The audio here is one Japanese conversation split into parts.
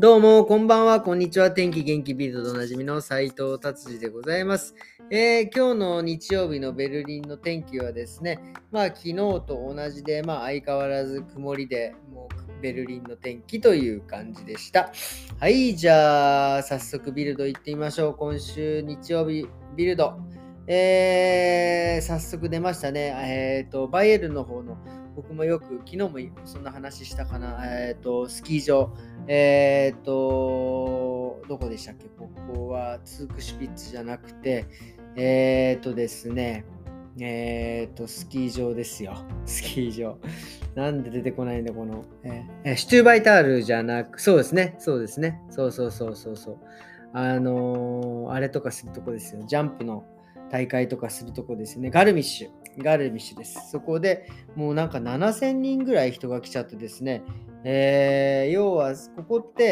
どうも、こんばんは、こんにちは。天気元気ビルドでおなじみの斉藤達治でございます。今日の日曜日のベルリンの天気はですね、昨日と同じで、相変わらず曇りで、もうベルリンの天気という感じでした。はい、じゃあ、早速ビルド行ってみましょう。今週日曜日ビルド。早速出ましたね。バイエルンの方の、僕もよく、昨日もそんな話したかな、スキー場、どこでしたっけ？ここはツークシュピッツじゃなくて、ですね、スキー場ですよ。スキー場。なんで出てこないんだ、この、シュトゥーバイタールじゃなく、そうですね。そうですね。そうそうそうそうそう。あれとかするとこですよ。ジャンプの大会とかするとこですよね。ガルミッシュです。そこでもうなんか7000人ぐらい人が来ちゃってですね、要はここって、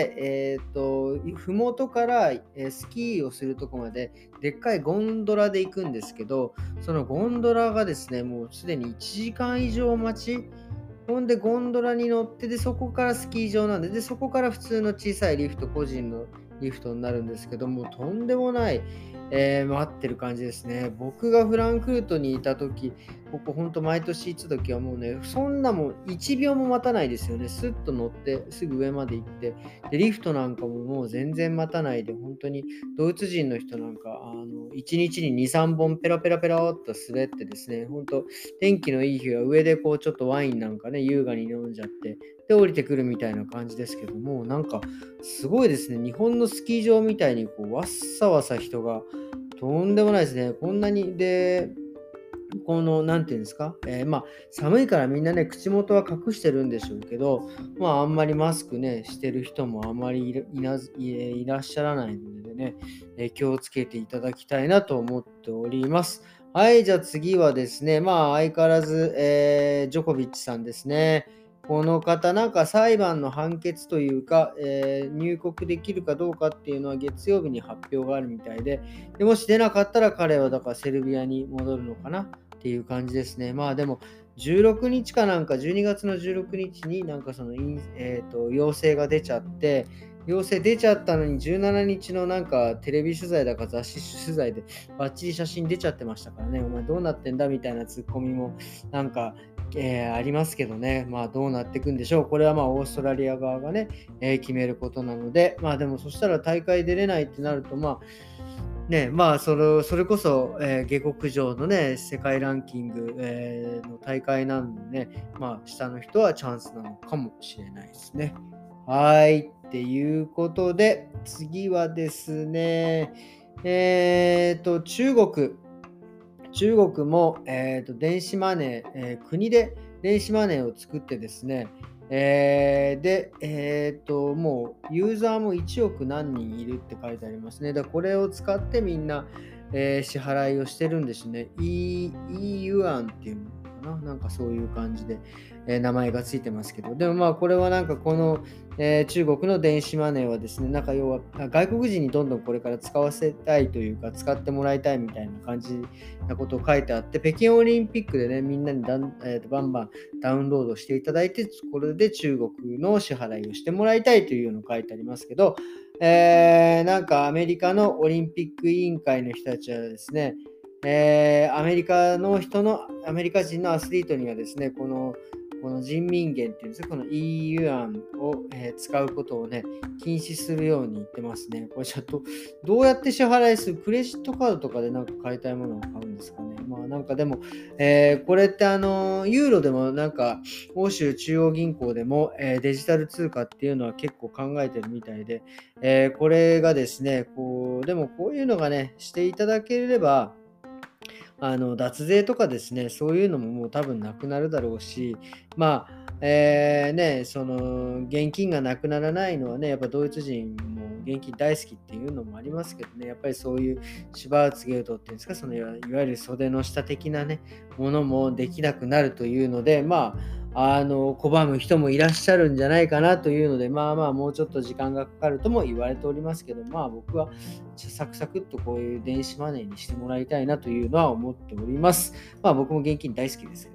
ふもとから、スキーをするとこまででっかいゴンドラで行くんですけど、そのゴンドラがですね、もうすでに1時間以上待ち。ほんでゴンドラに乗って、でそこからスキー場なんで、そこから普通の小さいリフト、個人のリフトになるんですけども、とんでもない、待ってる感じですね。僕がフランクフルトにいた時、ここほんと毎年行った時はもうね、そんなもん1秒も待たないですよね。スッと乗ってすぐ上まで行って、でリフトなんかももう全然待たないで、本当にドイツ人の人なんか1日に2、3本ペラペラペラっと滑ってですね、本当天気のいい日は上でこうちょっとワインなんかね、優雅に飲んじゃって、で降りてくるみたいな感じですけども、なんかすごいですね。日本のスキー場みたいにこうわっさわさ人がとんでもないですね。こんなに。で、この、なんていうんですか、寒いからみんなね、口元は隠してるんでしょうけど、あんまりマスクね、してる人もあんまりいらっしゃらないのでね、気をつけていただきたいなと思っております。はい、じゃあ次はですね、相変わらず、ジョコビッチさんですね。この方、なんか裁判の判決というか、入国できるかどうかっていうのは月曜日に発表があるみたいで、もし出なかったら彼はだからセルビアに戻るのかなっていう感じですね。でも16日かなんか12月の16日になんかその陽性が出ちゃって、陽性出ちゃったのに17日のなんかテレビ取材だか雑誌取材でバッチリ写真出ちゃってましたからね、お前どうなってんだみたいなツッコミもなんか、ありますけどね、どうなっていくんでしょう。これはオーストラリア側がね、決めることなので、でもそしたら大会出れないってなると、それこそ、下克上のね、世界ランキング、の大会なんでね、下の人はチャンスなのかもしれないですね。はい。っていうことで、次はですね、中国も、電子マネー、国で電子マネーを作ってですね、で、もうユーザーも1億何人いるって書いてありますね。これを使ってみんな、支払いをしてるんですね。EU 案っていうのかな、なんかそういう感じで、名前がついてますけど、でもこれはなんかこの、中国の電子マネーはですね、なんか要は外国人にどんどんこれから使わせたいというか、使ってもらいたいみたいな感じなことを書いてあって、北京オリンピックでね、みんなにバンバンダウンロードしていただいて、これで中国の支払いをしてもらいたいというのを書いてありますけど、なんかアメリカのオリンピック委員会の人たちはですね、アメリカ人のアスリートにはですね、この人民元っていうんですか、この EU 案を、使うことをね、禁止するように言ってますね。これちょっと、どうやって支払いする？クレジットカードとかでなんか買いたいものを買うんですかね。なんかでも、これってユーロでもなんか、欧州中央銀行でも、デジタル通貨っていうのは結構考えてるみたいで、これがですね、でもこういうのがね、していただければ、脱税とかですね、そういうのももう多分なくなるだろうし、その現金がなくならないのはね、やっぱドイツ人も現金大好きっていうのもありますけどね、やっぱりそういうシュバーツゲートっていうんですか、いわゆる袖の下的なね、ものもできなくなるというので、拒む人もいらっしゃるんじゃないかなというので、もうちょっと時間がかかるとも言われておりますけど、僕はサクサクっとこういう電子マネーにしてもらいたいなというのは思っております。僕も現金大好きですよね。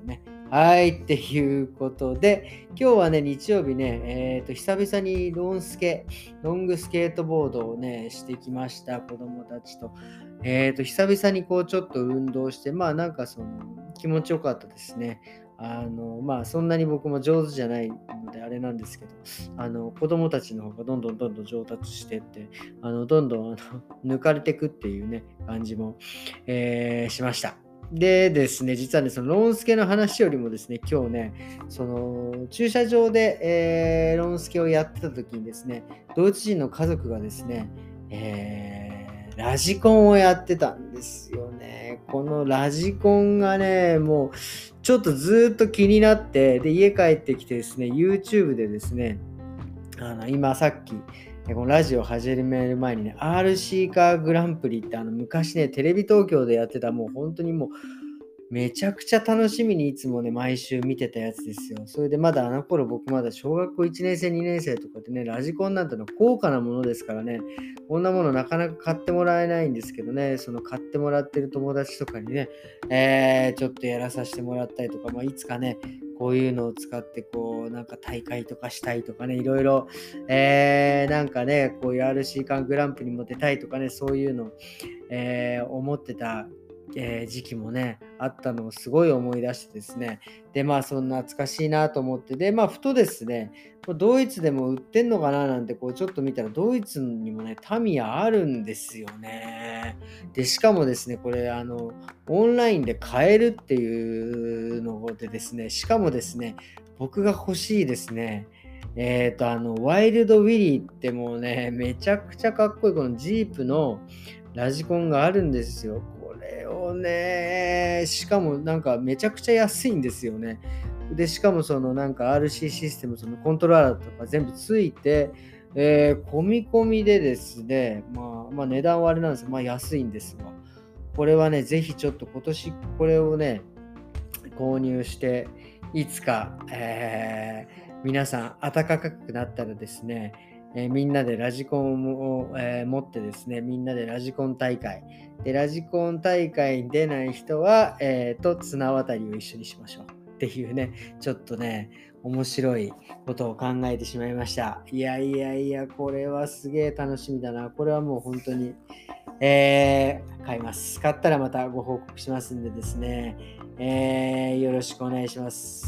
はい、っていうことで、今日はね、日曜日ね、久々にロングスケートボードをね、してきました、子供たちと。久々にこうちょっと運動して、なんか気持ちよかったですね。そんなに僕も上手じゃないのであれなんですけど、子供たちの方がどんどん上達してって、どんどん抜かれていくっていうね、感じも、しました。でですね、実はね、そのロンスケの話よりもですね、今日ね、駐車場で、ロンスケをやってた時にですね、ドイツ人の家族がですね、ラジコンをやってたんですよね。このラジコンがね、もうちょっとずっと気になって、で、家帰ってきてですね、YouTube でですね、今さっき、このラジオ始める前にね、RC カーグランプリって昔ね、テレビ東京でやってたもう本当にもうめちゃくちゃ楽しみにいつもね、毎週見てたやつですよ。それでまだ頃僕まだ小学校1年生、2年生とかでね、ラジコンなんての高価なものですからね、こんなものなかなか買ってもらえないんですけどね、その買ってもらってる友達とかにね、ちょっとやらさせてもらったりとか、いつかね、こういうのを使ってこうなんか大会とかしたいとかね、いろいろ、なんかね、こういう RC カングランプリにも出たいとかね、そういうの、思ってた時期もね、あったのをすごい思い出してですね。で、そんな懐かしいなと思って、で、ふとですね、ドイツでも売ってんのかななんて、こう、ちょっと見たら、ドイツにもね、タミヤあるんですよね。で、しかもですね、これ、オンラインで買えるっていうのでですね、しかもですね、僕が欲しいですね、ワイルドウィリーってもうね、めちゃくちゃかっこいい、このジープのラジコンがあるんですよ。これをね、しかもなんかめちゃくちゃ安いんですよね。で、しかもなんか RC システム、そのコントローラーとか全部ついて、込み込みでですね、値段はあれなんですよ。安いんですが。これはね、ぜひちょっと今年これをね、購入して、いつか、皆さん暖かくなったらですね、みんなでラジコンを、持ってですね、みんなでラジコン大会。で、ラジコン大会に出ない人は、綱渡りを一緒にしましょう。っていうね、ちょっとね、面白いことを考えてしまいました。いやいやいや、これはすげえ楽しみだな。これはもう本当に、買います。買ったらまたご報告しますんでですね、よろしくお願いします。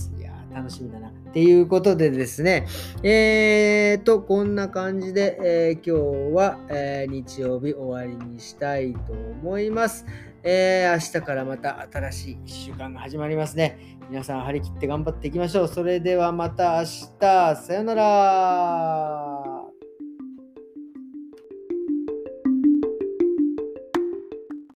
いやー、楽しみだな。っていうことでですね、こんな感じで、今日は、日曜日終わりにしたいと思います。明日からまた新しい1週間が始まりますね。皆さん張り切って頑張っていきましょう。それではまた明日。さよなら。